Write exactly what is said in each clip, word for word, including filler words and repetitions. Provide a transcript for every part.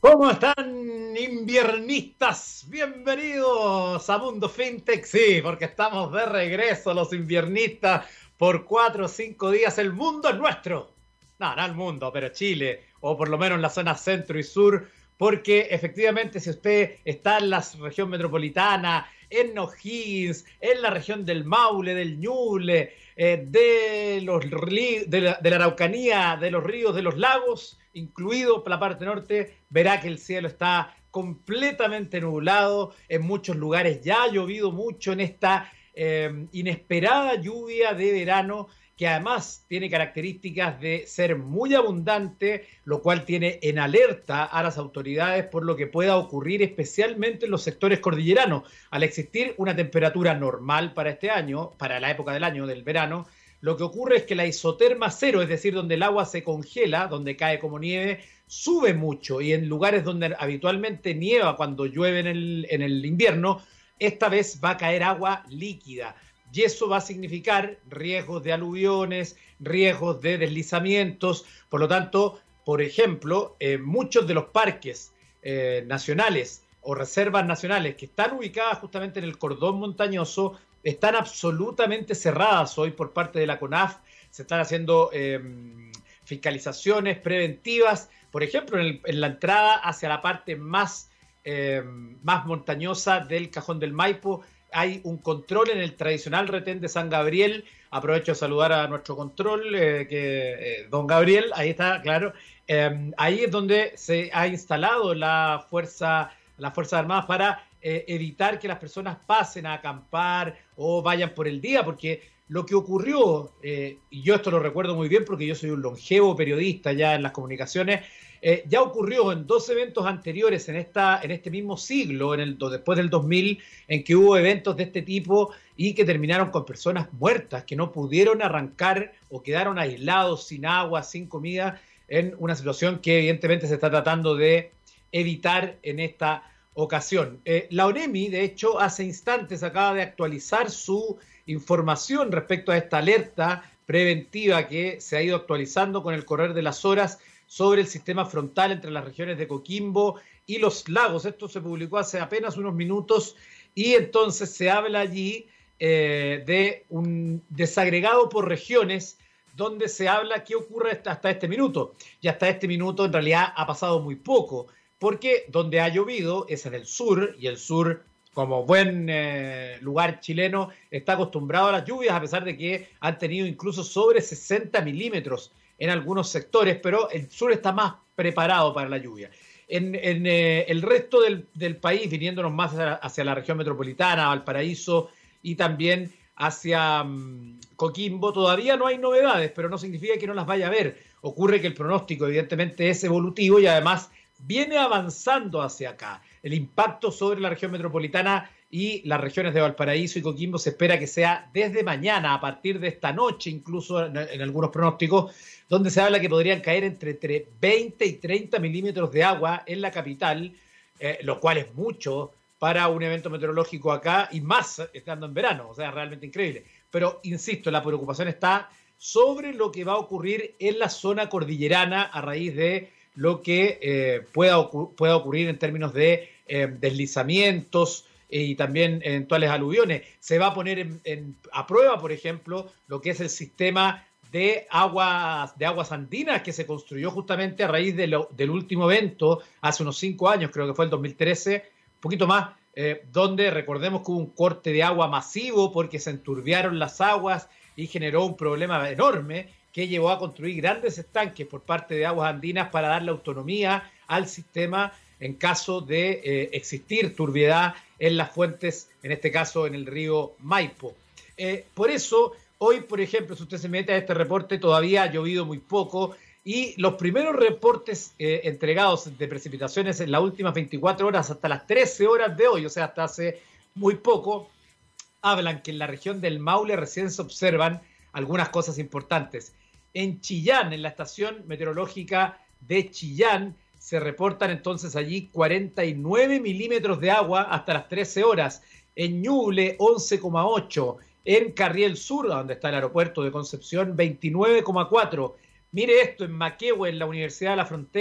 ¿Cómo están, inviernistas? Bienvenidos a Mundo Fintech. Sí, porque estamos de regreso los inviernistas por cuatro o cinco días. El mundo es nuestro. No, no el mundo, pero Chile, o por lo menos la zona centro y sur, porque efectivamente si usted está en la región metropolitana, en O'Higgins, en la región del Maule, del Ñuble, eh, de, los, de, la, de la Araucanía, de los ríos, de los lagos, incluido la parte norte, verá que el cielo está completamente nublado. En muchos lugares ya ha llovido mucho en esta eh, inesperada lluvia de verano, que además tiene características de ser muy abundante, lo cual tiene en alerta a las autoridades por lo que pueda ocurrir especialmente en los sectores cordilleranos. Al existir una temperatura normal para este año, para la época del año, del verano, lo que ocurre es que la isoterma cero, es decir, donde el agua se congela, donde cae como nieve, sube mucho, y en lugares donde habitualmente nieva cuando llueve en el, en el invierno, esta vez va a caer agua líquida. Y eso va a significar riesgos de aluviones, riesgos de deslizamientos. Por lo tanto, por ejemplo, eh, muchos de los parques eh, nacionales o reservas nacionales que están ubicadas justamente en el cordón montañoso están absolutamente cerradas hoy por parte de la CONAF. Se están haciendo eh, fiscalizaciones preventivas, por ejemplo, en, el, en la entrada hacia la parte más, eh, más montañosa del Cajón del Maipo. Hay un control en el tradicional retén de San Gabriel. Aprovecho de saludar a nuestro control, eh, que, eh, don Gabriel, ahí está, claro. Eh, ahí es donde se ha instalado la fuerza, las Fuerzas Armadas para eh, evitar que las personas pasen a acampar o vayan por el día, porque lo que ocurrió, eh, y yo esto lo recuerdo muy bien porque yo soy un longevo periodista ya en las comunicaciones, Eh, ya ocurrió en dos eventos anteriores en, esta, en este mismo siglo, en el, después del dos mil, en que hubo eventos de este tipo y que terminaron con personas muertas que no pudieron arrancar o quedaron aislados, sin agua, sin comida, en una situación que evidentemente se está tratando de evitar en esta ocasión. Eh, la ONEMI, de hecho, hace instantes acaba de actualizar su información respecto a esta alerta preventiva que se ha ido actualizando con el correr de las horas sobre el sistema frontal entre las regiones de Coquimbo y los lagos. Esto se publicó hace apenas unos minutos y entonces se habla allí eh, de un desagregado por regiones donde se habla qué ocurre hasta, hasta este minuto. Y hasta este minuto en realidad ha pasado muy poco, porque donde ha llovido es en el sur, y el sur, como buen eh, lugar chileno, está acostumbrado a las lluvias, a pesar de que han tenido incluso sobre sesenta milímetros en algunos sectores, pero el sur está más preparado para la lluvia. En, en eh, el resto del, del país, viniéndonos más hacia, hacia la región metropolitana, Valparaíso y también hacia um, Coquimbo, todavía no hay novedades, pero no significa que no las vaya a haber. Ocurre que el pronóstico evidentemente es evolutivo y además viene avanzando hacia acá. El impacto sobre la región metropolitana y las regiones de Valparaíso y Coquimbo se espera que sea desde mañana, a partir de esta noche, incluso en, en algunos pronósticos, donde se habla que podrían caer entre, entre veinte y treinta milímetros de agua en la capital, eh, lo cual es mucho para un evento meteorológico acá, y más estando en verano, o sea, realmente increíble. Pero, insisto, la preocupación está sobre lo que va a ocurrir en la zona cordillerana a raíz de lo que eh, pueda, ocur- pueda ocurrir en términos de eh, deslizamientos eh, y también eventuales aluviones. Se va a poner en, en, a prueba, por ejemplo, lo que es el sistema de aguas, de aguas andinas que se construyó justamente a raíz de lo, del último evento, hace unos cinco años, creo que fue el dos mil trece, un poquito más, eh, donde recordemos que hubo un corte de agua masivo porque se enturbiaron las aguas y generó un problema enorme que llevó a construir grandes estanques por parte de Aguas Andinas para darle autonomía al sistema en caso de eh, existir turbiedad en las fuentes, en este caso en el río Maipo. Eh, por eso, hoy, por ejemplo, si usted se mete a este reporte, todavía ha llovido muy poco y los primeros reportes eh, entregados de precipitaciones en las últimas veinticuatro horas hasta las trece horas de hoy, o sea, hasta hace muy poco, hablan que en la región del Maule recién se observan algunas cosas importantes. En Chillán, en la estación meteorológica de Chillán, se reportan entonces allí cuarenta y nueve milímetros de agua hasta las trece horas. En Ñuble, once coma ocho. En Carriel Sur, donde está el aeropuerto de Concepción, veintinueve coma cuatro. Mire esto, en Maquehue, en la Universidad de la Frontera,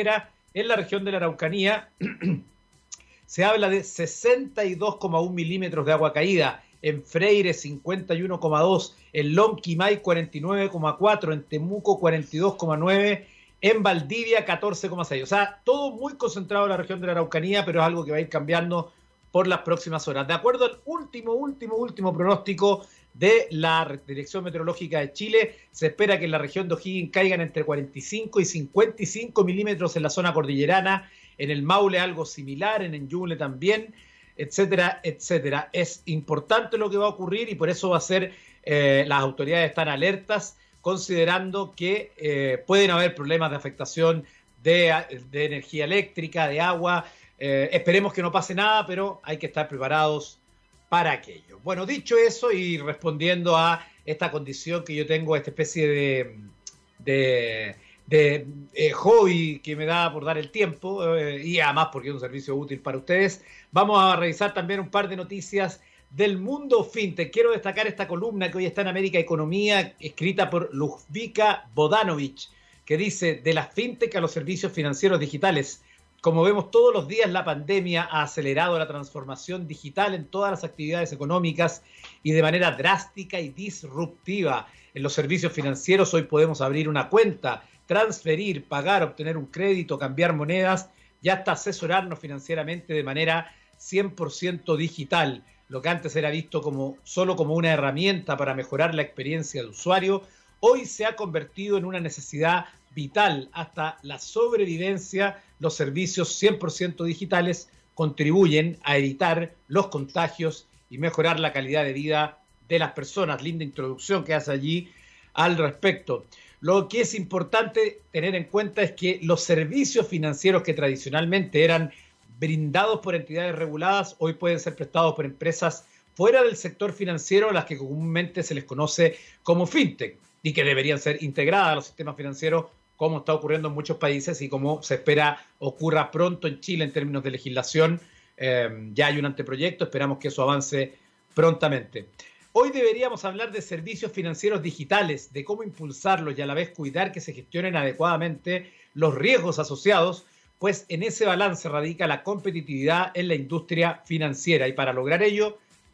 en la región de la Araucanía se habla de sesenta y dos coma uno milímetros de agua caída, en Freire cincuenta y uno coma dos, en Lonquimay cuarenta y nueve coma cuatro, en Temuco cuarenta y dos coma nueve, en Valdivia catorce coma seis. O sea, todo muy concentrado en la región de la Araucanía, pero es algo que va a ir cambiando por las próximas horas. De acuerdo al último, último, último pronóstico de la Dirección Meteorológica de Chile, se espera que en la región de O'Higgins caigan entre cuarenta y cinco y cincuenta y cinco milímetros en la zona cordillerana, en el Maule algo similar, en el Ñuble también, etcétera, etcétera. Es importante lo que va a ocurrir y por eso va a ser, eh, las autoridades están alertas, considerando que eh, pueden haber problemas de afectación de, de energía eléctrica, de agua. Eh, esperemos que no pase nada, pero hay que estar preparados para aquello. Bueno, dicho eso y respondiendo a esta condición que yo tengo, esta especie de, de, de eh, hobby que me da por dar el tiempo, eh, y además porque es un servicio útil para ustedes, vamos a revisar también un par de noticias del mundo fintech. Quiero destacar esta columna que hoy está en América Economía, escrita por Ludvika Bodanovic, que dice: de las fintech a los servicios financieros digitales. Como vemos todos los días, la pandemia ha acelerado la transformación digital en todas las actividades económicas y de manera drástica y disruptiva. En los servicios financieros hoy podemos abrir una cuenta, transferir, pagar, obtener un crédito, cambiar monedas y hasta asesorarnos financieramente de manera cien por ciento digital. Lo que antes era visto como solo como una herramienta para mejorar la experiencia del usuario, hoy se ha convertido en una necesidad vital. Hasta la sobrevivencia, los servicios cien por ciento digitales contribuyen a evitar los contagios y mejorar la calidad de vida de las personas. Linda introducción que hace allí al respecto. Lo que es importante tener en cuenta es que los servicios financieros que tradicionalmente eran brindados por entidades reguladas, hoy pueden ser prestados por empresas fuera del sector financiero, a las que comúnmente se les conoce como fintech, y que deberían ser integradas a los sistemas financieros, como está ocurriendo en muchos países y como se espera ocurra pronto en Chile en términos de legislación. Eh, ya hay un anteproyecto, esperamos que eso avance prontamente. Hoy deberíamos hablar de servicios financieros digitales, de cómo impulsarlos y a la vez cuidar que se gestionen adecuadamente los riesgos asociados, pues en ese balance radica la competitividad en la industria financiera, y para lograr ello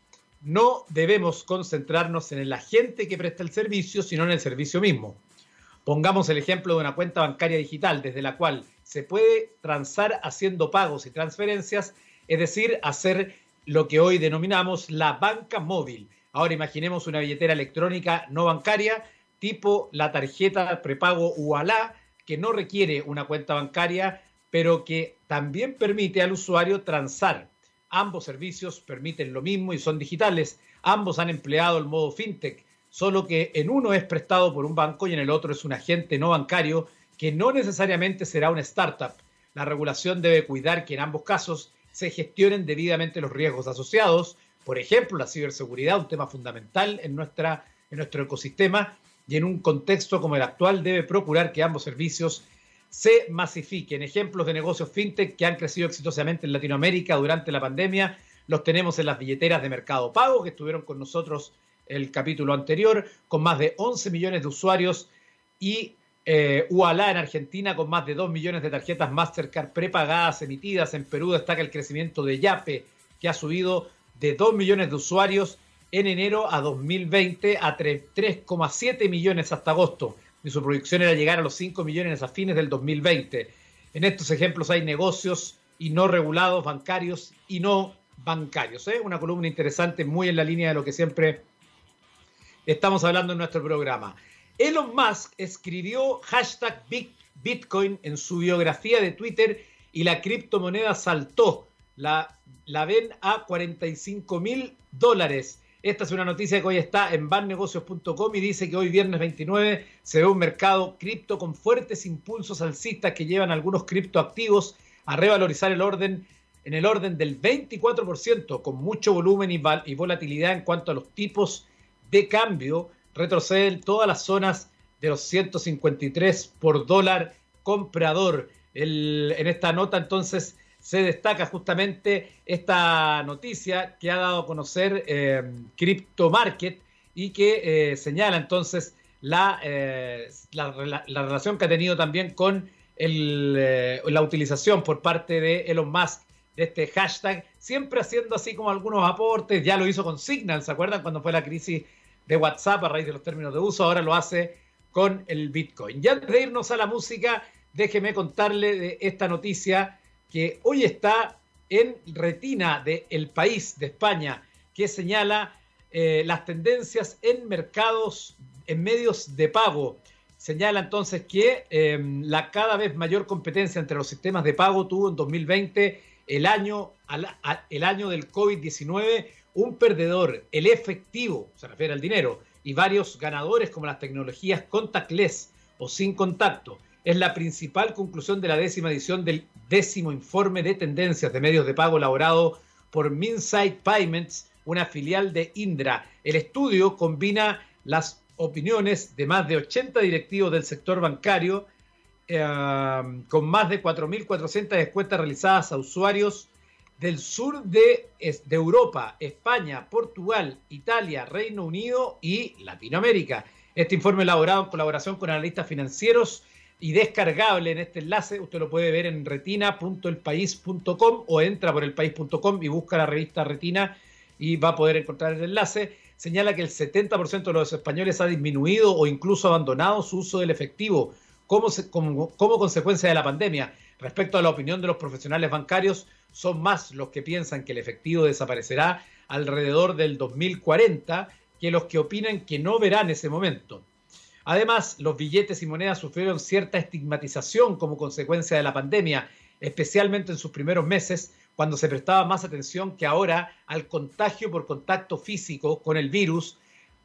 no debemos concentrarnos en el agente que presta el servicio, sino en el servicio mismo. Pongamos el ejemplo de una cuenta bancaria digital desde la cual se puede transar haciendo pagos y transferencias, es decir, hacer lo que hoy denominamos la banca móvil. Ahora imaginemos una billetera electrónica no bancaria, tipo la tarjeta prepago Ualá, que no requiere una cuenta bancaria, pero que también permite al usuario transar. Ambos servicios permiten lo mismo y son digitales. Ambos han empleado el modo fintech, solo que en uno es prestado por un banco y en el otro es un agente no bancario que no necesariamente será una startup. La regulación debe cuidar que en ambos casos se gestionen debidamente los riesgos asociados. Por ejemplo, la ciberseguridad, un tema fundamental en, nuestra, en nuestro ecosistema, y en un contexto como el actual debe procurar que ambos servicios se masifiquen. Ejemplos de negocios fintech que han crecido exitosamente en Latinoamérica durante la pandemia los tenemos en las billeteras de Mercado Pago, que estuvieron con nosotros el capítulo anterior, con más de once millones de usuarios, y eh, Ualá en Argentina con más de dos millones de tarjetas Mastercard prepagadas emitidas. En Perú destaca el crecimiento de Yape, que ha subido de dos millones de usuarios en enero a dos mil veinte a tres coma siete millones hasta agosto. Y su proyección era llegar a los cinco millones a fines del dos mil veinte. En estos ejemplos hay negocios y no regulados, bancarios y no bancarios. ¿eh? Una columna interesante, muy en la línea de lo que siempre estamos hablando en nuestro programa. Elon Musk escribió hashtag Bitcoin en su biografía de Twitter y la criptomoneda saltó. La, la ven a cuarenta y cinco mil dólares. Esta es una noticia que hoy está en ban negocios punto com y dice que hoy viernes veintinueve se ve un mercado cripto con fuertes impulsos alcistas que llevan a algunos criptoactivos a revalorizar el orden en el orden del veinticuatro por ciento, con mucho volumen y, y volatilidad en cuanto a los tipos de cambio. Retroceden todas las zonas de los ciento cincuenta y tres por dólar comprador. El, en esta nota entonces se destaca justamente esta noticia que ha dado a conocer eh, Crypto Market y que eh, señala entonces la, eh, la, la, la relación que ha tenido también con el, eh, la utilización por parte de Elon Musk de este hashtag, siempre haciendo así como algunos aportes. Ya lo hizo con Signal, ¿se acuerdan? Cuando fue la crisis de WhatsApp a raíz de los términos de uso, ahora lo hace con el Bitcoin. Ya antes de irnos a la música, déjeme contarle de esta noticia que hoy está en retina de El País de España, que señala eh, las tendencias en mercados, en medios de pago. Señala entonces que eh, la cada vez mayor competencia entre los sistemas de pago tuvo en dos mil veinte, el año, el año del COVID diecinueve, un perdedor, el efectivo, se refiere al dinero, y varios ganadores como las tecnologías contactless o sin contacto. Es la principal conclusión de la décima edición del décimo informe de tendencias de medios de pago elaborado por Minsight Payments, una filial de Indra. El estudio combina las opiniones de más de ochenta directivos del sector bancario, eh, con más de cuatro mil cuatrocientas encuestas realizadas a usuarios del sur de, de Europa, España, Portugal, Italia, Reino Unido y Latinoamérica. Este informe elaborado en colaboración con analistas financieros y descargable en este enlace, usted lo puede ver en retina punto el país punto com o entra por el país punto com y busca la revista Retina y va a poder encontrar el enlace. Señala que el setenta por ciento de los españoles ha disminuido o incluso abandonado su uso del efectivo como, se, como, como consecuencia de la pandemia. Respecto a la opinión de los profesionales bancarios, son más los que piensan que el efectivo desaparecerá alrededor del dos mil cuarenta que los que opinan que no verán ese momento. Además, los billetes y monedas sufrieron cierta estigmatización como consecuencia de la pandemia, especialmente en sus primeros meses, cuando se prestaba más atención que ahora al contagio por contacto físico con el virus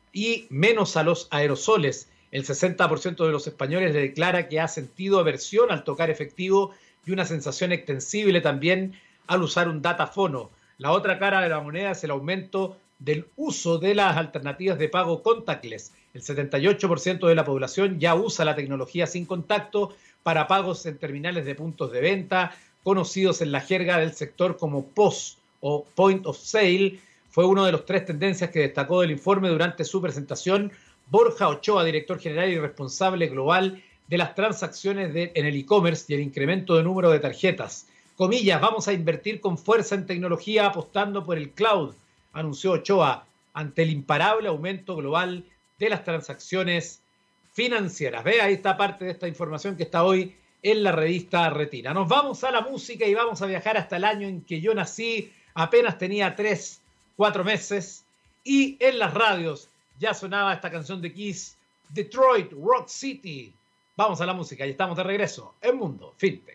y menos a los aerosoles. El sesenta por ciento de los españoles le declara que ha sentido aversión al tocar efectivo y una sensación extensible también al usar un datafono. La otra cara de la moneda es el aumento del uso de las alternativas de pago contactless. El setenta y ocho por ciento de la población ya usa la tecnología sin contacto para pagos en terminales de puntos de venta, conocidos en la jerga del sector como P O S o Point of Sale. Fue una de las tres tendencias que destacó del informe durante su presentación Borja Ochoa, director general y responsable global de las transacciones de, en el e-commerce y el incremento de número de tarjetas. Comillas, vamos a invertir con fuerza en tecnología apostando por el cloud, anunció Ochoa, ante el imparable aumento global de las transacciones financieras. Ve, ahí está parte de esta información que está hoy en la revista Retina. Nos vamos a la música y vamos a viajar hasta el año en que yo nací, apenas tenía tres, cuatro meses, y en las radios ya sonaba esta canción de Kiss, Detroit Rock City. Vamos a la música y estamos de regreso en Mundo Fintech.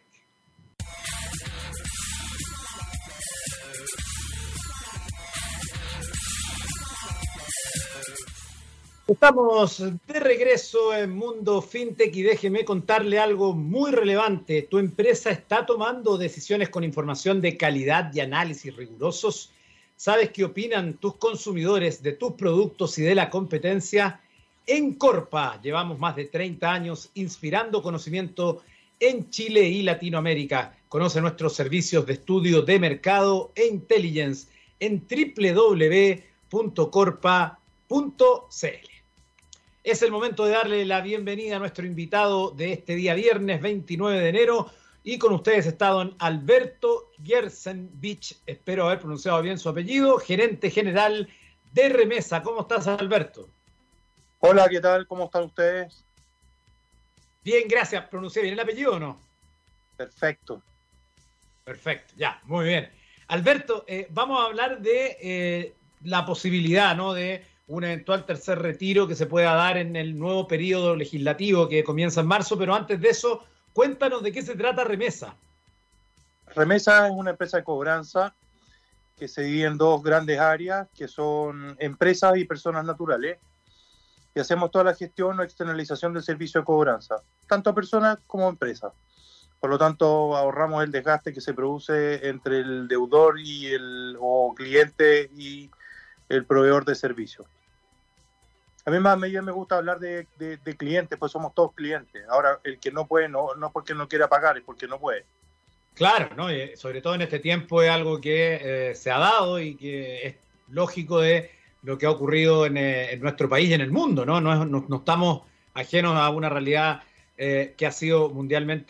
Estamos de regreso en Mundo Fintech y déjeme contarle algo muy relevante. ¿Tu empresa está tomando decisiones con información de calidad y análisis rigurosos? ¿Sabes qué opinan tus consumidores de tus productos y de la competencia? En Corpa llevamos más de treinta años inspirando conocimiento en Chile y Latinoamérica. Conoce nuestros servicios de estudio de mercado e intelligence en doble u doble u doble u punto corpa punto c l. Es el momento de darle la bienvenida a nuestro invitado de este día viernes veintinueve de enero y con ustedes está don Alberto Gersenbich, espero haber pronunciado bien su apellido, gerente general de Remesa. ¿Cómo estás, Alberto? Hola, ¿qué tal? ¿Cómo están ustedes? Bien, gracias. ¿Pronuncié bien el apellido o no? Perfecto. Perfecto, ya, muy bien. Alberto, eh, vamos a hablar de eh, la posibilidad, ¿no?, de un eventual tercer retiro que se pueda dar en el nuevo periodo legislativo que comienza en marzo, pero antes de eso, cuéntanos de qué se trata Remesa. Remesa es una empresa de cobranza que se divide en dos grandes áreas, que son empresas y personas naturales, y hacemos toda la gestión o externalización del servicio de cobranza, tanto a personas como a empresas. Por lo tanto, ahorramos el desgaste que se produce entre el deudor y el o cliente y el proveedor de servicio. A mí más me, me gusta hablar de, de, de clientes, pues somos todos clientes. Ahora, el que no puede, no, no porque no quiera pagar, es porque no puede. Claro, ¿no? Y sobre todo en este tiempo es algo que eh, se ha dado y que es lógico de lo que ha ocurrido en, eh, en nuestro país y en el mundo, ¿no? No, no, no estamos ajenos a una realidad eh, que ha sido mundialmente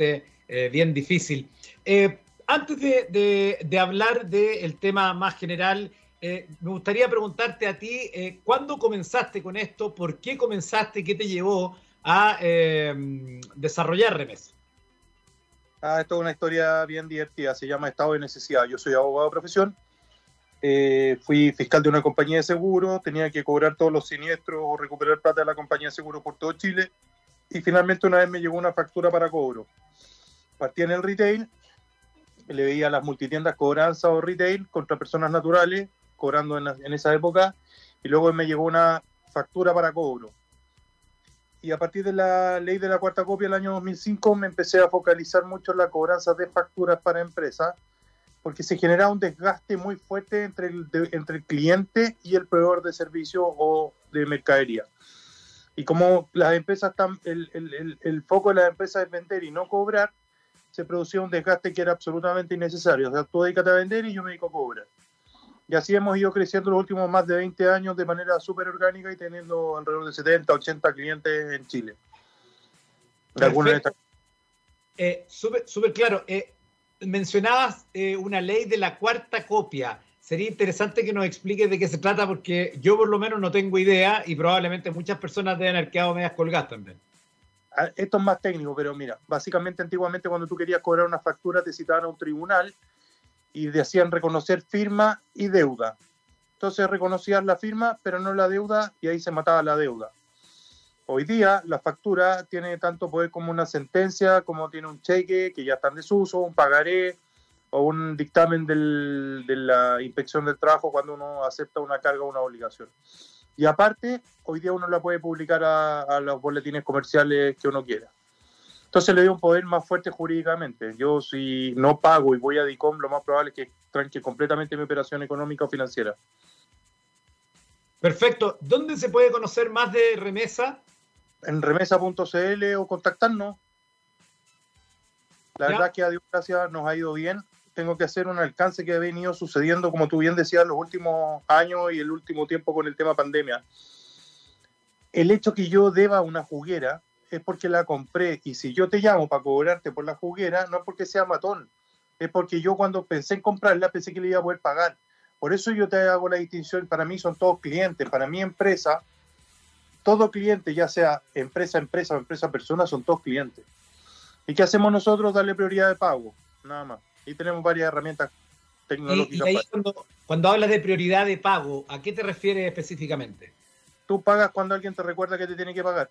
eh, bien difícil. Eh, antes de, de, de hablar del tema más general, eh, me gustaría preguntarte a ti, eh, ¿cuándo comenzaste con esto? ¿Por qué comenzaste? ¿Qué te llevó a eh, desarrollar Remesa? Ah, esto es una historia bien divertida, se llama estado de necesidad. Yo soy abogado de profesión, eh, fui fiscal de una compañía de seguros, tenía que cobrar todos los siniestros o recuperar plata de la compañía de seguros por todo Chile, y finalmente una vez me llegó una factura para cobro. Partí en el retail, le veía las multitiendas cobranza o retail contra personas naturales, cobrando en, la, en esa época, y luego me llegó una factura para cobro. Y a partir de la ley de la cuarta copia del año dos mil cinco me empecé a focalizar mucho en la cobranza de facturas para empresas, porque se generaba un desgaste muy fuerte entre el, de, entre el cliente y el proveedor de servicio o de mercadería. Y como las empresas están, el, el, el, el foco de las empresas es vender y no cobrar, se producía un desgaste que era absolutamente innecesario. O sea, tú dedícate a vender y yo me dedico a cobrar. Y así hemos ido creciendo los últimos más de veinte años de manera súper orgánica y teniendo alrededor de setenta, ochenta clientes en Chile. Perfecto. Eh, súper, súper claro. Eh, mencionabas eh, una ley de la cuarta copia. Sería interesante que nos expliques de qué se trata, porque yo por lo menos no tengo idea y probablemente muchas personas deben haber quedado medias colgadas también. Esto es más técnico, pero mira, básicamente antiguamente cuando tú querías cobrar una factura te citaban a un tribunal y decían reconocer firma y deuda. Entonces reconocían la firma, pero no la deuda, y ahí se mataba la deuda. Hoy día la factura tiene tanto poder como una sentencia, como tiene un cheque que ya está en desuso, un pagaré o un dictamen del, de la inspección del trabajo cuando uno acepta una carga o una obligación. Y aparte, hoy día uno la puede publicar a, a los boletines comerciales que uno quiera. Entonces le dio un poder más fuerte jurídicamente. Yo si no pago y voy a DICOM, lo más probable es que tranque completamente mi operación económica o financiera. Perfecto. ¿Dónde se puede conocer más de Remesa? En remesa punto c l o contactarnos. La ya. verdad es que a Dios gracias nos ha ido bien. Tengo que hacer un alcance que ha venido sucediendo, como tú bien decías, los últimos años y el último tiempo con el tema pandemia. El hecho que yo deba una juguera es porque la compré, y si yo te llamo para cobrarte por la juguera, no es porque sea matón, es porque yo cuando pensé en comprarla pensé que le iba a poder pagar. Por eso yo te hago la distinción. Para mí son todos clientes, para mi empresa, todo cliente, ya sea empresa, empresa o empresa, persona, son todos clientes. ¿Y qué hacemos nosotros? Darle prioridad de pago, nada más. Y tenemos varias herramientas tecnológicas. Y, y ahí cuando, cuando hablas de prioridad de pago, ¿a qué te refieres específicamente? Tú pagas cuando alguien te recuerda que te tiene que pagar.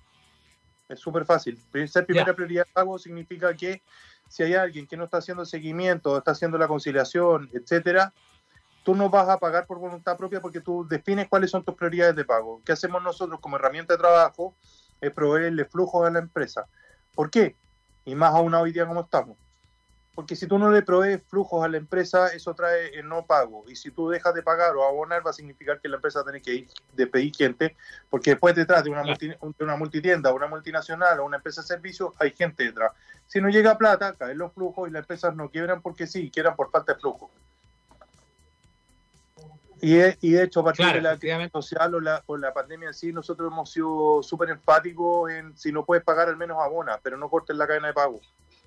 Es súper fácil. Ser primera ya. prioridad de pago significa que si hay alguien que no está haciendo seguimiento, está haciendo la conciliación, etcétera, tú no vas a pagar por voluntad propia porque tú defines cuáles son tus prioridades de pago. ¿Qué hacemos nosotros como herramienta de trabajo? Es proveerle flujos a la empresa. ¿Por qué? Y más aún hoy día como estamos. Porque si tú no le provees flujos a la empresa, eso trae el no pago. Y si tú dejas de pagar o abonar, va a significar que la empresa tiene que ir de pedir gente, porque después detrás de una, multi, de una multitienda, una multinacional o una empresa de servicios, hay gente detrás. Si no llega plata, caen los flujos y las empresas no quiebran porque sí, quiebran por falta de flujo. Y, y de hecho, a partir claro, de la crisis social o la, o la pandemia en sí, nosotros hemos sido súper enfáticos en si no puedes pagar, al menos abona, pero no cortes la cadena de pago.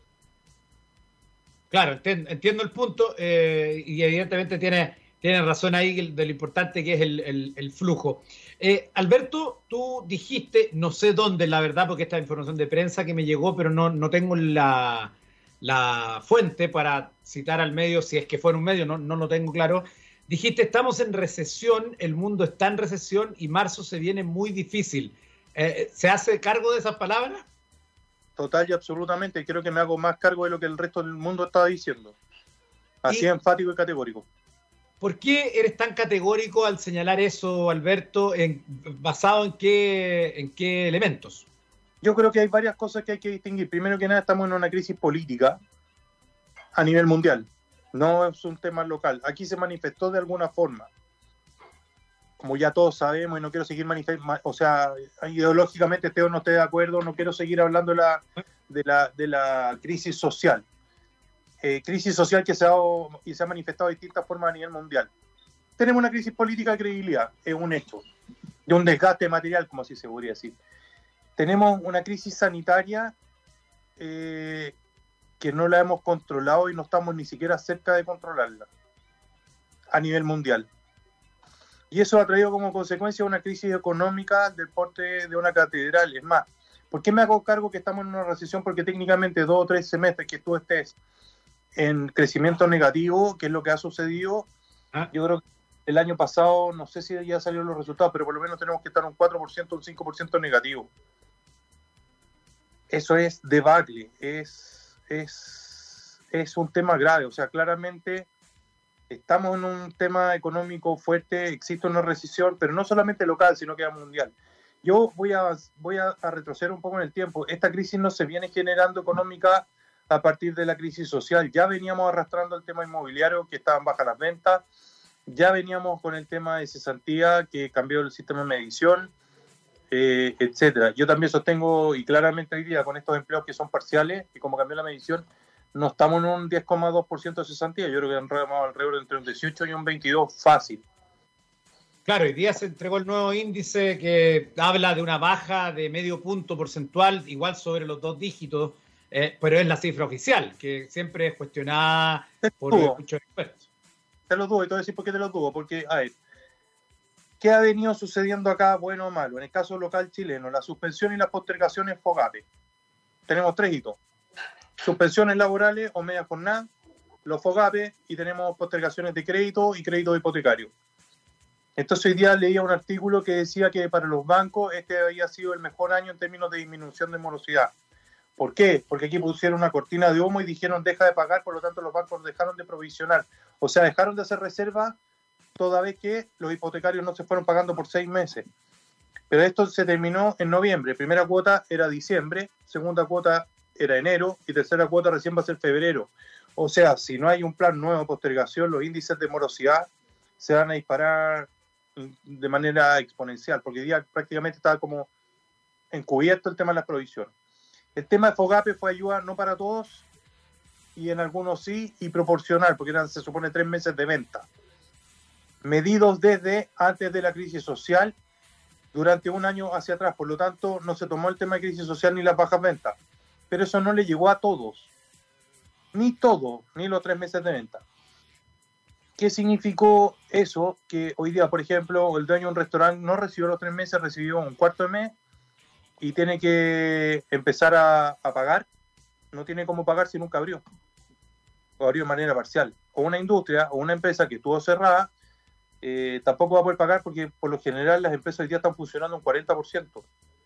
Claro, entiendo, entiendo el punto eh, y evidentemente tiene, tiene razón ahí de lo importante que es el, el, el flujo. Eh, Alberto, tú dijiste, no sé dónde, la verdad, porque esta información de prensa que me llegó, pero no, no tengo la, la fuente para citar al medio, si es que fuera un medio, no, no lo tengo claro. Dijiste, estamos en recesión, el mundo está en recesión y marzo se viene muy difícil. Eh, ¿Se hace cargo de esas palabras? Total y absolutamente. Creo que me hago más cargo de lo que el resto del mundo está diciendo. Así ¿Y enfático y categórico. ¿Por qué eres tan categórico al señalar eso, Alberto? En, ¿Basado en qué, en qué elementos? Yo creo que hay varias cosas que hay que distinguir. Primero que nada, estamos en una crisis política a nivel mundial. No es un tema local. Aquí se manifestó de alguna forma. Como ya todos sabemos, y no quiero seguir manifestando, o sea, ideológicamente Teo no esté de acuerdo, no quiero seguir hablando de la, de la, de la crisis social. Eh, crisis social que se ha, y se ha manifestado de distintas formas a nivel mundial. Tenemos una crisis política de credibilidad, es un hecho, de un desgaste material, como así se podría decir. Tenemos una crisis sanitaria eh, que no la hemos controlado y no estamos ni siquiera cerca de controlarla a nivel mundial. Y eso ha traído como consecuencia una crisis económica del porte de una catedral. Es más, ¿por qué me hago cargo que estamos en una recesión? Porque técnicamente dos o tres semestres que tú estés en crecimiento negativo, que es lo que ha sucedido, ah. yo creo que el año pasado, no sé si ya salieron los resultados, pero por lo menos tenemos que estar un cuatro por ciento, un cinco por ciento negativo. Eso es debacle, es, es, es un tema grave. O sea, claramente estamos en un tema económico fuerte, existe una recesión, pero no solamente local, sino que a mundial. Yo voy a, voy a, a retroceder un poco en el tiempo. Esta crisis no se viene generando económica a partir de la crisis social. Ya veníamos arrastrando el tema inmobiliario, que estaban bajas las ventas. Ya veníamos con el tema de cesantía, que cambió el sistema de medición, eh, etcétera. Yo también sostengo, y claramente hoy día con estos empleos que son parciales, y como cambió la medición, no estamos en un diez coma dos por ciento de cesantía. Yo creo que enredamos alrededor de entre un dieciocho y un veintidós fácil. Claro, hoy día se entregó el nuevo índice que habla de una baja de medio punto porcentual, igual sobre los dos dígitos, eh, pero es la cifra oficial, que siempre es cuestionada por muchos expertos. Te lo dudo, y te voy a decir por qué te lo dudo, porque, a ver, ¿qué ha venido sucediendo acá, bueno o malo? En el caso local chileno, la suspensión y las postergaciones FOGAPE. Tenemos tres hitos. Suspensiones laborales o media jornada, los FOGAPE, y tenemos postergaciones de crédito y crédito hipotecario. Entonces hoy día leía un artículo que decía que para los bancos este había sido el mejor año en términos de disminución de morosidad. ¿Por qué? Porque aquí pusieron una cortina de humo y dijeron deja de pagar, por lo tanto los bancos dejaron de provisionar. O sea, dejaron de hacer reservas toda vez que los hipotecarios no se fueron pagando por seis meses. Pero esto se terminó en noviembre. Primera cuota era diciembre, segunda cuota era enero y tercera cuota recién va a ser febrero. O sea, si no hay un plan nuevo de postergación, los índices de morosidad se van a disparar de manera exponencial, porque hoy día prácticamente estaba como encubierto el tema de la provisión. El tema de FOGAPE fue ayuda no para todos, y en algunos sí, y proporcional, porque eran, se supone, tres meses de venta. Medidos desde antes de la crisis social, durante un año hacia atrás. Por lo tanto, no se tomó el tema de crisis social ni las bajas ventas. Pero eso no le llegó a todos. Ni todo, ni los tres meses de venta. ¿Qué significó eso? Que hoy día, por ejemplo, el dueño de un restaurante no recibió los tres meses, recibió un cuarto de mes y tiene que empezar a, a pagar. No tiene cómo pagar si nunca abrió. O abrió de manera parcial. O una industria o una empresa que estuvo cerrada, eh, tampoco va a poder pagar porque por lo general las empresas hoy día están funcionando un cuarenta por ciento.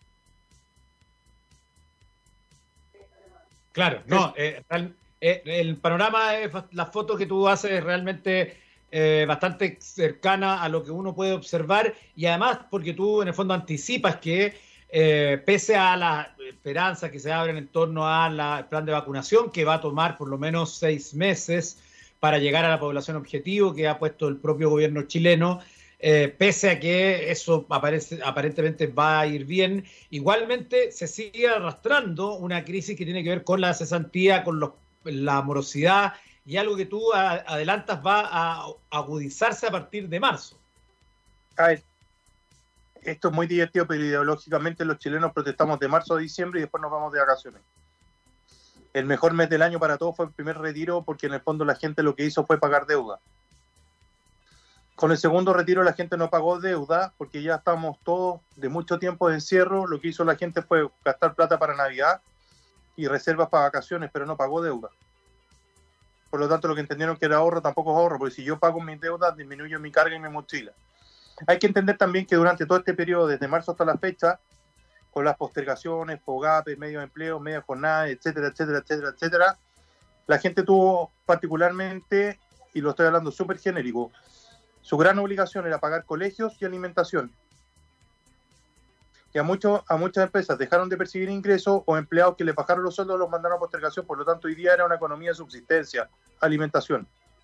Claro, no, eh, eh, el panorama, es, la foto que tú haces es realmente eh, bastante cercana a lo que uno puede observar, y además porque tú en el fondo anticipas que eh, pese a la esperanza que se abren en torno al plan de vacunación, que va a tomar por lo menos seis meses para llegar a la población objetivo que ha puesto el propio gobierno chileno, Eh, pese a que eso aparece, aparentemente va a ir bien, igualmente se sigue arrastrando una crisis que tiene que ver con la cesantía, con los, la morosidad, y algo que tú a, adelantas va a agudizarse a partir de marzo. A ver, esto es muy divertido, pero ideológicamente los chilenos protestamos de marzo a diciembre y después nos vamos de vacaciones. El mejor mes del año para todos fue el primer retiro, porque en el fondo la gente lo que hizo fue pagar deuda. Con el segundo retiro la gente no pagó deuda porque ya estamos todos de mucho tiempo de encierro. Lo que hizo la gente fue gastar plata para Navidad y reservas para vacaciones, pero no pagó deuda. Por lo tanto, lo que entendieron que era ahorro tampoco es ahorro, porque si yo pago mis deudas, disminuyo mi carga y mi mochila. Hay que entender también que durante todo este periodo, desde marzo hasta la fecha, con las postergaciones, FOGAPE, medio de empleo, media jornada, etcétera, etcétera, etcétera, etcétera, la gente tuvo particularmente, y lo estoy hablando súper genérico, su gran obligación era pagar colegios y alimentación. Y a, muchos, a muchas empresas dejaron de percibir ingresos, o empleados que les bajaron los sueldos los mandaron a postergación. Por lo tanto, hoy día era una economía de subsistencia, alimentación.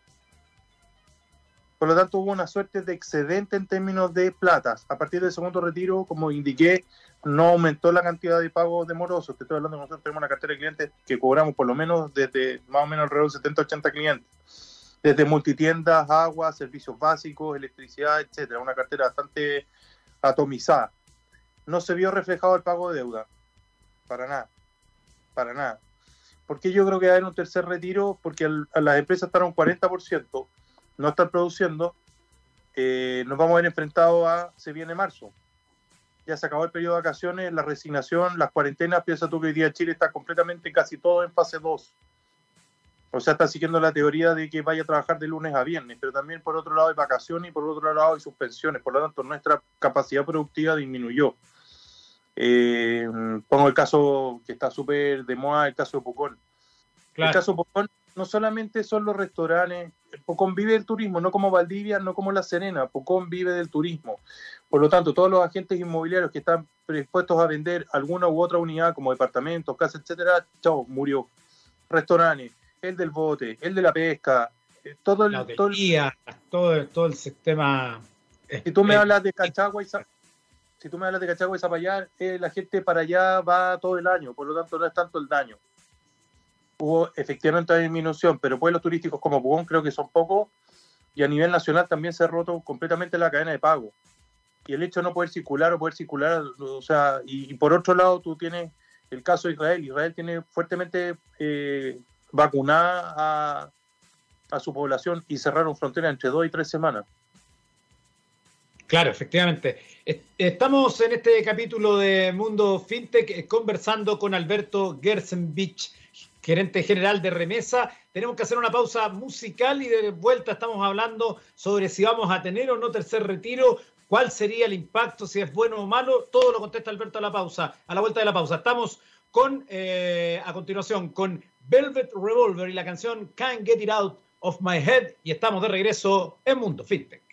Por lo tanto, hubo una suerte de excedente en términos de platas. A partir del segundo retiro, como indiqué, no aumentó la cantidad de pagos de morosos. Te estoy hablando de nosotros tenemos una cartera de clientes que cobramos por lo menos desde más o menos alrededor de setenta a ochenta clientes. Desde multitiendas, agua, servicios básicos, electricidad, etcétera. Una cartera bastante atomizada. No se vio reflejado el pago de deuda. Para nada. Para nada. ¿Por qué yo creo que va a haber un tercer retiro? Porque al, a las empresas están a un cuarenta por ciento, no están produciendo, eh, nos vamos a ver enfrentados a, se viene marzo. Ya se acabó el periodo de vacaciones, la resignación, las cuarentenas. Piensa tú que hoy día Chile está completamente casi todo en fase dos. O sea, está siguiendo la teoría de que vaya a trabajar de lunes a viernes, pero también por otro lado hay vacaciones y por otro lado hay suspensiones. Por lo tanto, nuestra capacidad productiva disminuyó. Eh, pongo el caso que está súper de moda, el caso de Pucón. Claro. El caso de Pucón no solamente son los restaurantes, Pucón vive del turismo, no como Valdivia, no como La Serena, Pucón vive del turismo. Por lo tanto, todos los agentes inmobiliarios que están predispuestos a vender alguna u otra unidad, como departamentos, casas, etcétera, chao, murió. Restaurantes, el del bote, el de la pesca, todo el... La todo, el todo, todo el sistema... Si tú me eh, hablas de Cachagua y si tú me hablas de Cachagua y Zapallar, eh, la gente para allá va todo el año, por lo tanto no es tanto el daño. Hubo efectivamente una disminución, pero pueblos turísticos como Pucón creo que son pocos, y a nivel nacional también se ha roto completamente la cadena de pago. Y el hecho de no poder circular o poder circular, o sea, y, y por otro lado tú tienes el caso de Israel. Israel tiene fuertemente eh, vacunada a, a su población y cerraron fronteras entre dos y tres semanas. Claro, efectivamente. Estamos en este capítulo de Mundo Fintech conversando con Alberto Gerstenbich, gerente general de Remesa. Tenemos que hacer una pausa musical y de vuelta estamos hablando sobre si vamos a tener o no tercer retiro, cuál sería el impacto, si es bueno o malo. Todo lo contesta Alberto a la pausa, a la vuelta de la pausa. Estamos con, eh, a continuación, con Velvet Revolver y la canción Can't Get It Out of My Head, y estamos de regreso en Mundo Fintech.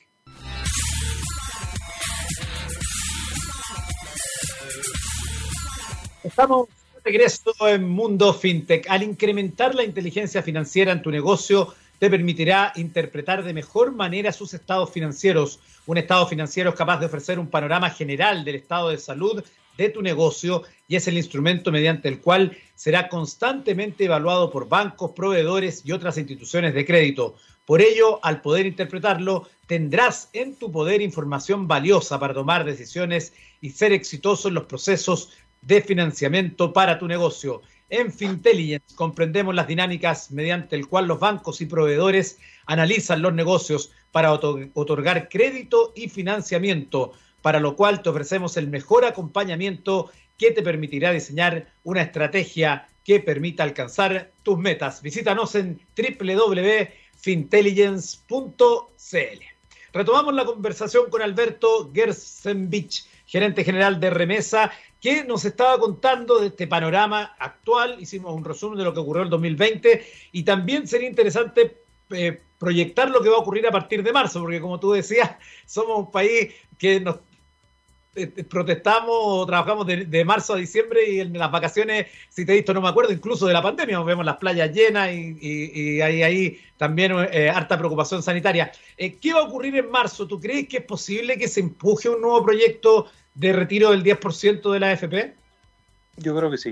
Estamos de regreso en Mundo Fintech. Al incrementar la inteligencia financiera en tu negocio, te permitirá interpretar de mejor manera sus estados financieros. Un estado financiero es capaz de ofrecer un panorama general del estado de salud de tu negocio y es el instrumento mediante el cual será constantemente evaluado por bancos, proveedores y otras instituciones de crédito. Por ello, al poder interpretarlo, tendrás en tu poder información valiosa para tomar decisiones y ser exitoso en los procesos de financiamiento para tu negocio. En Fintelligence comprendemos las dinámicas mediante el cual los bancos y proveedores analizan los negocios para otorgar crédito y financiamiento, para lo cual te ofrecemos el mejor acompañamiento que te permitirá diseñar una estrategia que permita alcanzar tus metas. Visítanos en doble u doble u doble u punto fintelligence punto c l. Retomamos la conversación con Alberto Gerstenbich, gerente general de Remesa, que nos estaba contando de este panorama actual. Hicimos un resumen de lo que ocurrió en el dos mil veinte y también sería interesante eh, proyectar lo que va a ocurrir a partir de marzo, porque como tú decías, somos un país que nos eh, protestamos o trabajamos de, de marzo a diciembre y en las vacaciones, si te he visto, no me acuerdo, incluso de la pandemia, vemos las playas llenas y, y, y hay ahí también eh, harta preocupación sanitaria. Eh, ¿Qué va a ocurrir en marzo? ¿Tú crees que es posible que se empuje un nuevo proyecto de retiro del diez por ciento de la A F P? Yo creo que sí.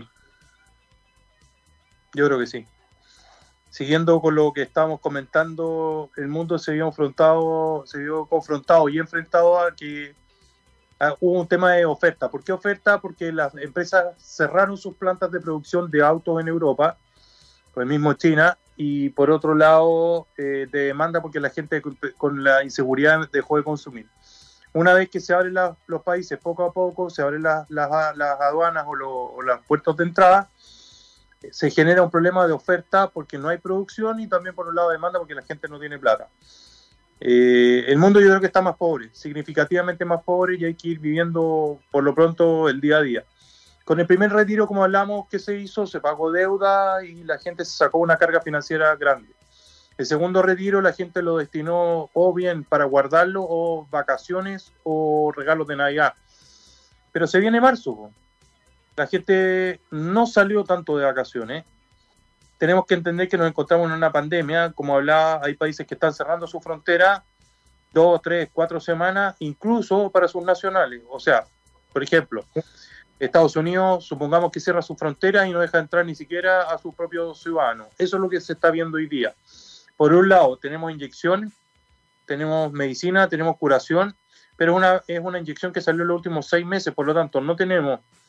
Yo creo que sí. Siguiendo con lo que estábamos comentando, el mundo se vio confrontado, se vio confrontado y enfrentado a que a, hubo un tema de oferta. ¿Por qué oferta? Porque las empresas cerraron sus plantas de producción de autos en Europa, con el mismo China, y por otro lado eh, de demanda porque la gente con, con la inseguridad dejó de consumir. Una vez que se abren la, los países poco a poco, se abren las, las, las aduanas o, lo, o los puertos de entrada, se genera un problema de oferta porque no hay producción y también por un lado de demanda porque la gente no tiene plata. Eh, el mundo yo creo que está más pobre, significativamente más pobre, y hay que ir viviendo por lo pronto el día a día. Con el primer retiro, como hablamos, que se hizo, se pagó deuda y la gente se sacó una carga financiera grande. El segundo retiro la gente lo destinó o bien para guardarlo o vacaciones o regalos de Navidad. Pero se viene marzo. La gente no salió tanto de vacaciones. Tenemos que entender que nos encontramos en una pandemia. Como hablaba, hay países que están cerrando su frontera dos, tres, cuatro semanas, incluso para sus nacionales. O sea, por ejemplo, Estados Unidos, supongamos que cierra su frontera y no deja entrar ni siquiera a sus propios ciudadanos. Eso es lo que se está viendo hoy día. Por un lado, tenemos inyección, tenemos medicina, tenemos curación, pero una, es una inyección que salió en los últimos seis meses, por lo tanto, no tenemos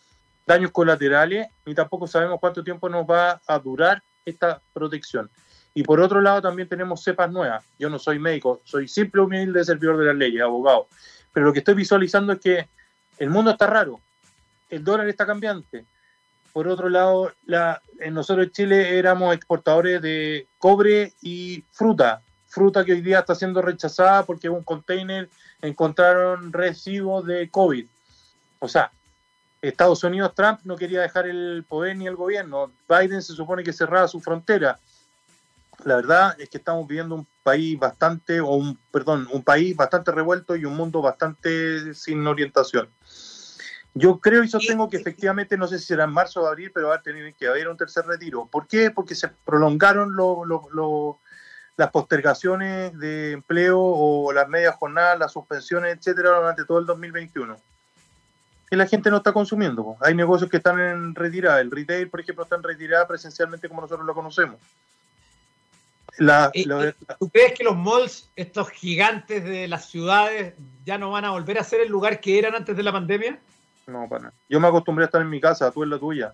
daños colaterales, ni tampoco sabemos cuánto tiempo nos va a durar esta protección. Y por otro lado también tenemos cepas nuevas. Yo no soy médico, soy simple humilde servidor de las leyes, abogado. Pero lo que estoy visualizando es que el mundo está raro, el dólar está cambiante. Por otro lado, la, en nosotros en Chile éramos exportadores de cobre y fruta. Fruta que hoy día está siendo rechazada porque en un container encontraron residuos de COVID. O sea, Estados Unidos, Trump no quería dejar el poder ni el gobierno. Biden se supone que cerraba su frontera. La verdad es que estamos viviendo un país bastante, o un, perdón, un país bastante revuelto y un mundo bastante sin orientación. Yo creo y sostengo que efectivamente, no sé si será en marzo o abril, pero va a tener que haber un tercer retiro. ¿Por qué? Porque se prolongaron lo, lo, lo, las postergaciones de empleo o las medias jornadas, las suspensiones, etcétera, durante todo el dos mil veintiuno. Y la gente no está consumiendo. Hay negocios que están en retirada. El retail, por ejemplo, está en retirada presencialmente como nosotros lo conocemos. La, ¿Y, la, ¿Tú crees que los malls, estos gigantes de las ciudades, ya no van a volver a ser el lugar que eran antes de la pandemia? No, para nada. Yo me acostumbré a estar en mi casa, tú en la tuya.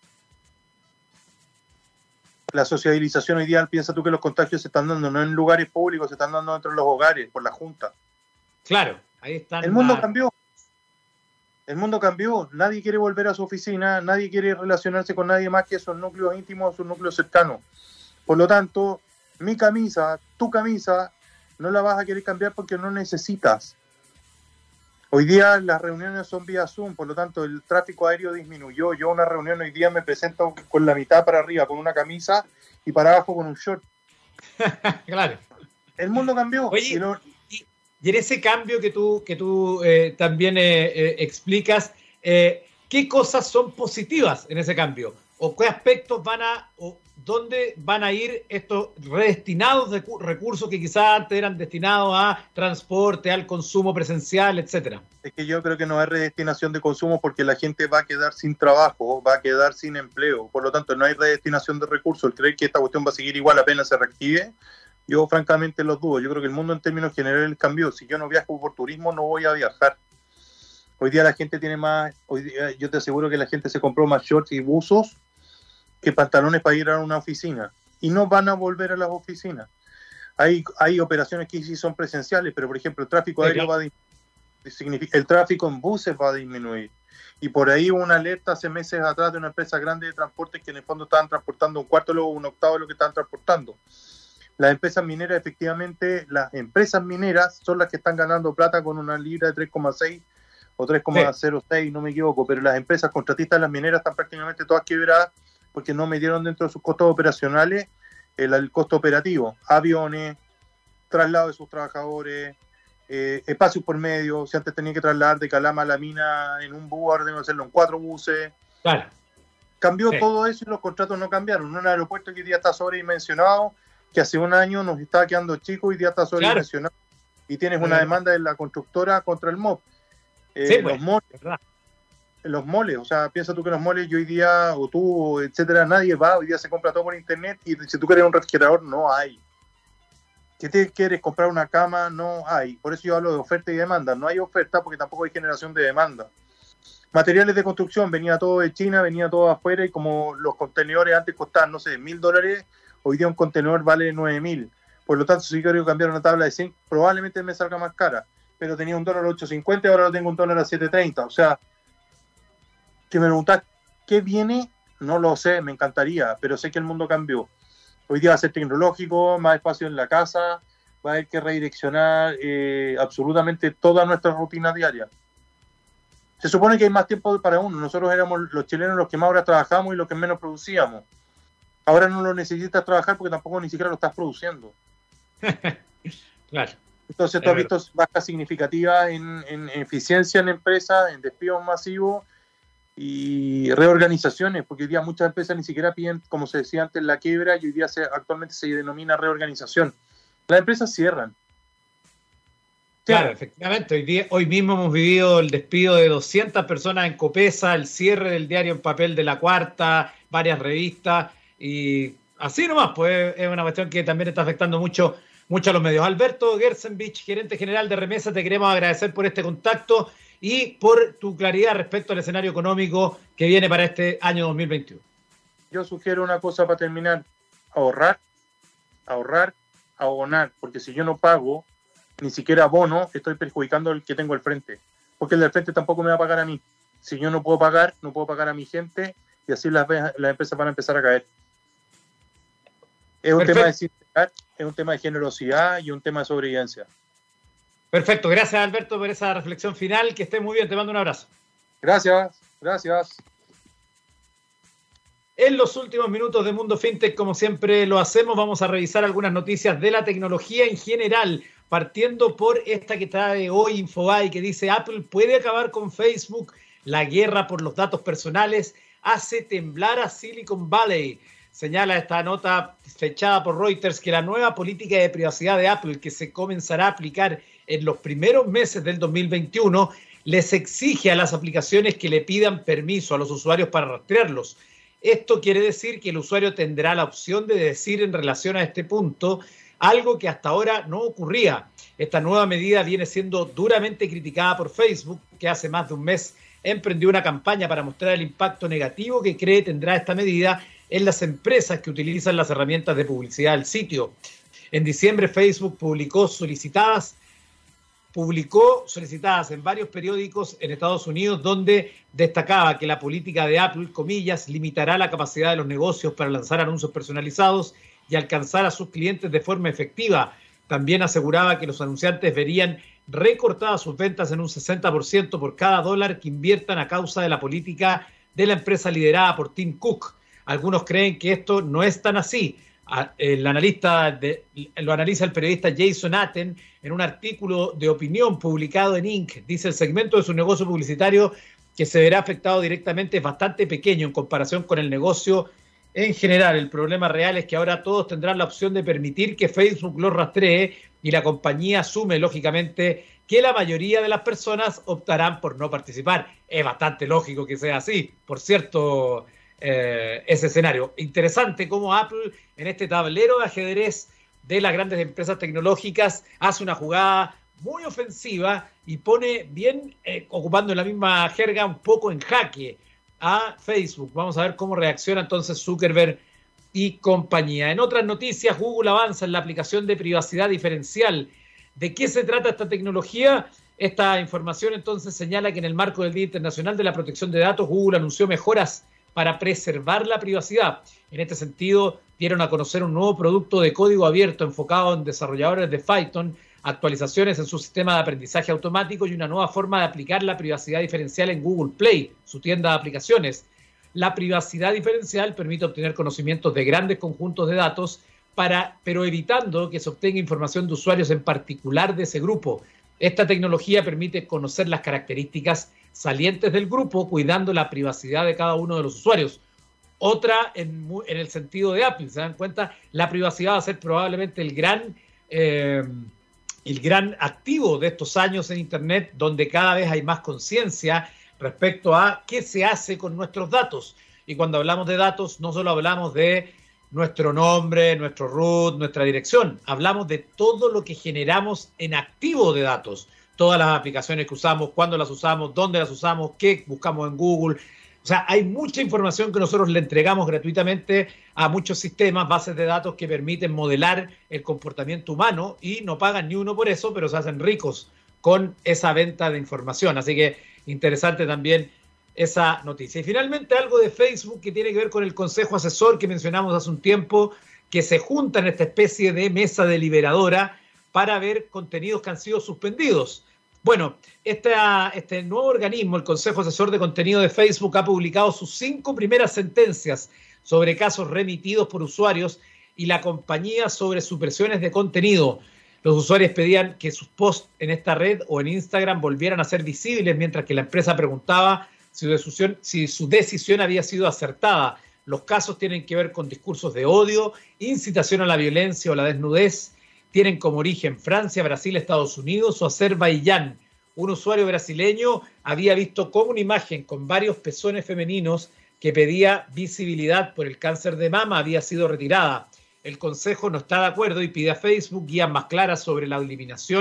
La sociabilización hoy día, piensa tú que los contagios se están dando no en lugares públicos, se están dando dentro de los hogares, por la junta. Claro, ahí están. El mundo la... cambió. El mundo cambió. Nadie quiere volver a su oficina, nadie quiere relacionarse con nadie más que sus núcleos íntimos, sus núcleos cercanos. Por lo tanto, mi camisa, tu camisa, no la vas a querer cambiar porque no necesitas. Hoy día las reuniones son vía Zoom, por lo tanto el tráfico aéreo disminuyó. Yo a una reunión hoy día me presento con la mitad para arriba, con una camisa, y para abajo con un short. Claro. El mundo cambió. Oye, y, lo... y, y en ese cambio que tú, que tú eh, también eh, eh, explicas, eh, ¿qué cosas son positivas en ese cambio? ¿O qué aspectos van a, o dónde van a ir estos redestinados de recursos que quizás antes eran destinados a transporte, al consumo presencial, etcétera? Es que yo creo que no hay redestinación de consumo porque la gente va a quedar sin trabajo, va a quedar sin empleo. Por lo tanto, no hay redestinación de recursos. El creer que esta cuestión va a seguir igual apenas se reactive, yo francamente los dudo. Yo creo que el mundo en términos generales cambió. Si yo no viajo por turismo, no voy a viajar. Hoy día la gente tiene más, hoy día yo te aseguro que la gente se compró más shorts y buzos que pantalones para ir a una oficina, y no van a volver a las oficinas. Hay, hay operaciones que sí son presenciales, pero por ejemplo el tráfico aéreo va a disminuir, el tráfico en buses va a disminuir, y por ahí hubo una alerta hace meses atrás de una empresa grande de transporte que en el fondo estaban transportando un cuarto o un octavo de lo que estaban transportando. Las empresas mineras, efectivamente, las empresas mineras son las que están ganando plata con una libra de tres coma seis o tres coma cero seis, sí. No me equivoco, pero las empresas contratistas de las mineras están prácticamente todas quebradas porque no metieron dentro de sus costos operacionales el, el costo operativo, aviones, traslado de sus trabajadores, eh, espacios por medio. Si antes tenían que trasladar de Calama a la mina en un bus, ahora tengo que hacerlo en cuatro buses. Claro. Cambió sí. todo eso y los contratos no cambiaron. Un aeropuerto que hoy día está sobredimensionado, que hace un año nos estaba quedando chico, hoy día está sobredimensionado, claro. Y tienes una demanda de la constructora contra el M O P. Eh, sí, los pues, moles, los moles, o sea, piensa tú que los moles, yo hoy día, o tú, etcétera, nadie va, hoy día se compra todo por internet, y si tú quieres un refrigerador, no hay. Si te quieres comprar una cama, no hay. Por eso yo hablo de oferta y demanda. No hay oferta porque tampoco hay generación de demanda. Materiales de construcción, venía todo de China, venía todo afuera, y como los contenedores antes costaban, no sé, mil dólares, hoy día un contenedor vale nueve mil. Por lo tanto, si quiero cambiar una tabla de cien, probablemente me salga más cara, pero tenía un dólar a ocho cincuenta y ahora lo tengo un dólar a siete treinta. O sea, que me preguntás qué viene, no lo sé, me encantaría, pero sé que el mundo cambió. Hoy día va a ser tecnológico, más espacio en la casa, va a haber que redireccionar eh, absolutamente toda nuestra rutina diaria. Se supone que hay más tiempo para uno. Nosotros éramos los chilenos los que más horas trabajamos y los que menos producíamos. Ahora no lo necesitas trabajar porque tampoco ni siquiera lo estás produciendo. Claro. Entonces tú has visto bajas significativas en, en eficiencia en empresas, en despidos masivos y reorganizaciones, porque hoy día muchas empresas ni siquiera piden, como se decía antes, la quiebra, y hoy día se, actualmente se denomina reorganización. Las empresas cierran. Claro, cierran. Efectivamente. Hoy, día, hoy mismo hemos vivido el despido de doscientas personas en Copesa, el cierre del diario en papel de La Cuarta, varias revistas, y así nomás, pues es una cuestión que también está afectando mucho, mucho a los medios. Alberto Gersenbich, gerente general de Remesa, te queremos agradecer por este contacto. y por tu claridad respecto al escenario económico que viene para este año dos mil veintiuno. Yo sugiero una cosa para terminar: ahorrar, ahorrar, abonar, porque si yo no pago ni siquiera abono, estoy perjudicando al que tengo al frente, porque el del frente tampoco me va a pagar a mí. Si yo no puedo pagar, no puedo pagar a mi gente, y así las, las empresas van a empezar a caer. Es un Perfecto. tema de sindicar, es un tema de generosidad y un tema de sobrevivencia. Perfecto, gracias Alberto por esa reflexión final, que estés muy bien, te mando un abrazo. Gracias, gracias. En los últimos minutos de Mundo FinTech, como siempre lo hacemos, vamos a revisar algunas noticias de la tecnología en general, partiendo por esta que trae hoy Infobae, que dice: Apple puede acabar con Facebook, la guerra por los datos personales hace temblar a Silicon Valley. Señala esta nota fechada por Reuters que la nueva política de privacidad de Apple, que se comenzará a aplicar en los primeros meses del dos mil veintiuno, les exige a las aplicaciones que le pidan permiso a los usuarios para rastrearlos. Esto quiere decir que el usuario tendrá la opción de decir en relación a este punto algo que hasta ahora no ocurría. Esta nueva medida viene siendo duramente criticada por Facebook, que hace más de un mes emprendió una campaña para mostrar el impacto negativo que cree tendrá esta medida en las empresas que utilizan las herramientas de publicidad del sitio. En diciembre, Facebook publicó solicitadas publicó solicitadas en varios periódicos en Estados Unidos, donde destacaba que la política de Apple, comillas, limitará la capacidad de los negocios para lanzar anuncios personalizados y alcanzar a sus clientes de forma efectiva. También aseguraba que los anunciantes verían recortadas sus ventas en un sesenta por ciento por cada dólar que inviertan a causa de la política de la empresa liderada por Tim Cook. Algunos creen que esto no es tan así. El analista de, lo analiza el periodista Jason Aten en un artículo de opinión publicado en Inc. Dice: el segmento de su negocio publicitario que se verá afectado directamente es bastante pequeño en comparación con el negocio en general. El problema real es que ahora todos tendrán la opción de permitir que Facebook los rastree y la compañía asume, lógicamente, que la mayoría de las personas optarán por no participar. Es bastante lógico que sea así. Por cierto, eh, ese escenario. Interesante cómo Apple, en este tablero de ajedrez de las grandes empresas tecnológicas, hace una jugada muy ofensiva y pone bien, eh, ocupando la misma jerga, un poco en jaque a Facebook. Vamos a ver cómo reacciona entonces Zuckerberg y compañía. En otras noticias, Google avanza en la aplicación de privacidad diferencial. ¿De qué se trata esta tecnología? Esta información entonces señala que en el marco del Día Internacional de la Protección de Datos, Google anunció mejoras para preservar la privacidad. En este sentido, dieron a conocer un nuevo producto de código abierto enfocado en desarrolladores de Python, actualizaciones en su sistema de aprendizaje automático y una nueva forma de aplicar la privacidad diferencial en Google Play, su tienda de aplicaciones. La privacidad diferencial permite obtener conocimientos de grandes conjuntos de datos, para, pero evitando que se obtenga información de usuarios en particular de ese grupo. Esta tecnología permite conocer las características salientes del grupo, cuidando la privacidad de cada uno de los usuarios. Otra en, en el sentido de Apple, ¿se dan cuenta? La privacidad va a ser probablemente el gran... Eh, el gran activo de estos años en Internet, donde cada vez hay más conciencia respecto a qué se hace con nuestros datos. Y cuando hablamos de datos, no solo hablamos de nuestro nombre, nuestro root, nuestra dirección, hablamos de todo lo que generamos en activo de datos. Todas las aplicaciones que usamos, cuándo las usamos, dónde las usamos, qué buscamos en Google. O sea, hay mucha información que nosotros le entregamos gratuitamente a muchos sistemas, bases de datos que permiten modelar el comportamiento humano y no pagan ni uno por eso, pero se hacen ricos con esa venta de información. Así que interesante también esa noticia. Y finalmente algo de Facebook que tiene que ver con el Consejo Asesor que mencionamos hace un tiempo, que se junta en esta especie de mesa deliberadora para ver contenidos que han sido suspendidos. Bueno, esta, este nuevo organismo, el Consejo Asesor de Contenido de Facebook, ha publicado sus cinco primeras sentencias sobre casos remitidos por usuarios y la compañía sobre supresiones de contenido. Los usuarios pedían que sus posts en esta red o en Instagram volvieran a ser visibles, mientras que la empresa preguntaba si su decisión, si su decisión había sido acertada. Los casos tienen que ver con discursos de odio, incitación a la violencia o la desnudez. Tienen como origen Francia, Brasil, Estados Unidos o Azerbaiyán. Un usuario brasileño había visto como una imagen con varios pezones femeninos que pedía visibilidad por el cáncer de mama había sido retirada. El Consejo no está de acuerdo y pide a Facebook guías más claras sobre la eliminación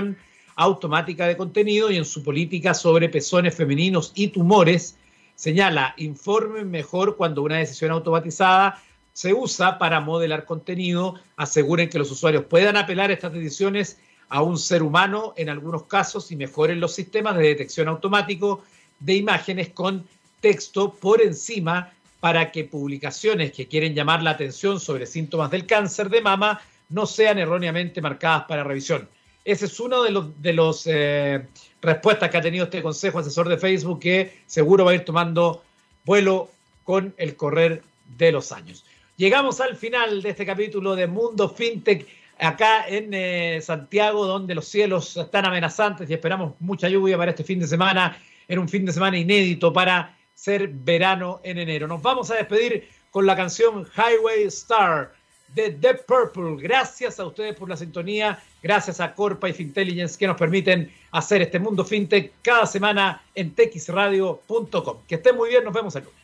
automática de contenido y en su política sobre pezones femeninos y tumores señala: informen mejor cuando una decisión automatizada se usa para modelar contenido, aseguren que los usuarios puedan apelar estas decisiones a un ser humano en algunos casos y mejoren los sistemas de detección automático de imágenes con texto por encima para que publicaciones que quieren llamar la atención sobre síntomas del cáncer de mama no sean erróneamente marcadas para revisión. Ese es uno de los, de los eh, respuestas que ha tenido este consejo asesor de Facebook, que seguro va a ir tomando vuelo con el correr de los años. Llegamos al final de este capítulo de Mundo FinTech acá en eh, Santiago, donde los cielos están amenazantes y esperamos mucha lluvia para este fin de semana, en un fin de semana inédito para ser verano en enero. Nos vamos a despedir con la canción Highway Star de Deep Purple. Gracias a ustedes por la sintonía, gracias a Corpa y Fintelligence que nos permiten hacer este Mundo FinTech cada semana en t x radio punto com. Que estén muy bien, nos vemos el lunes.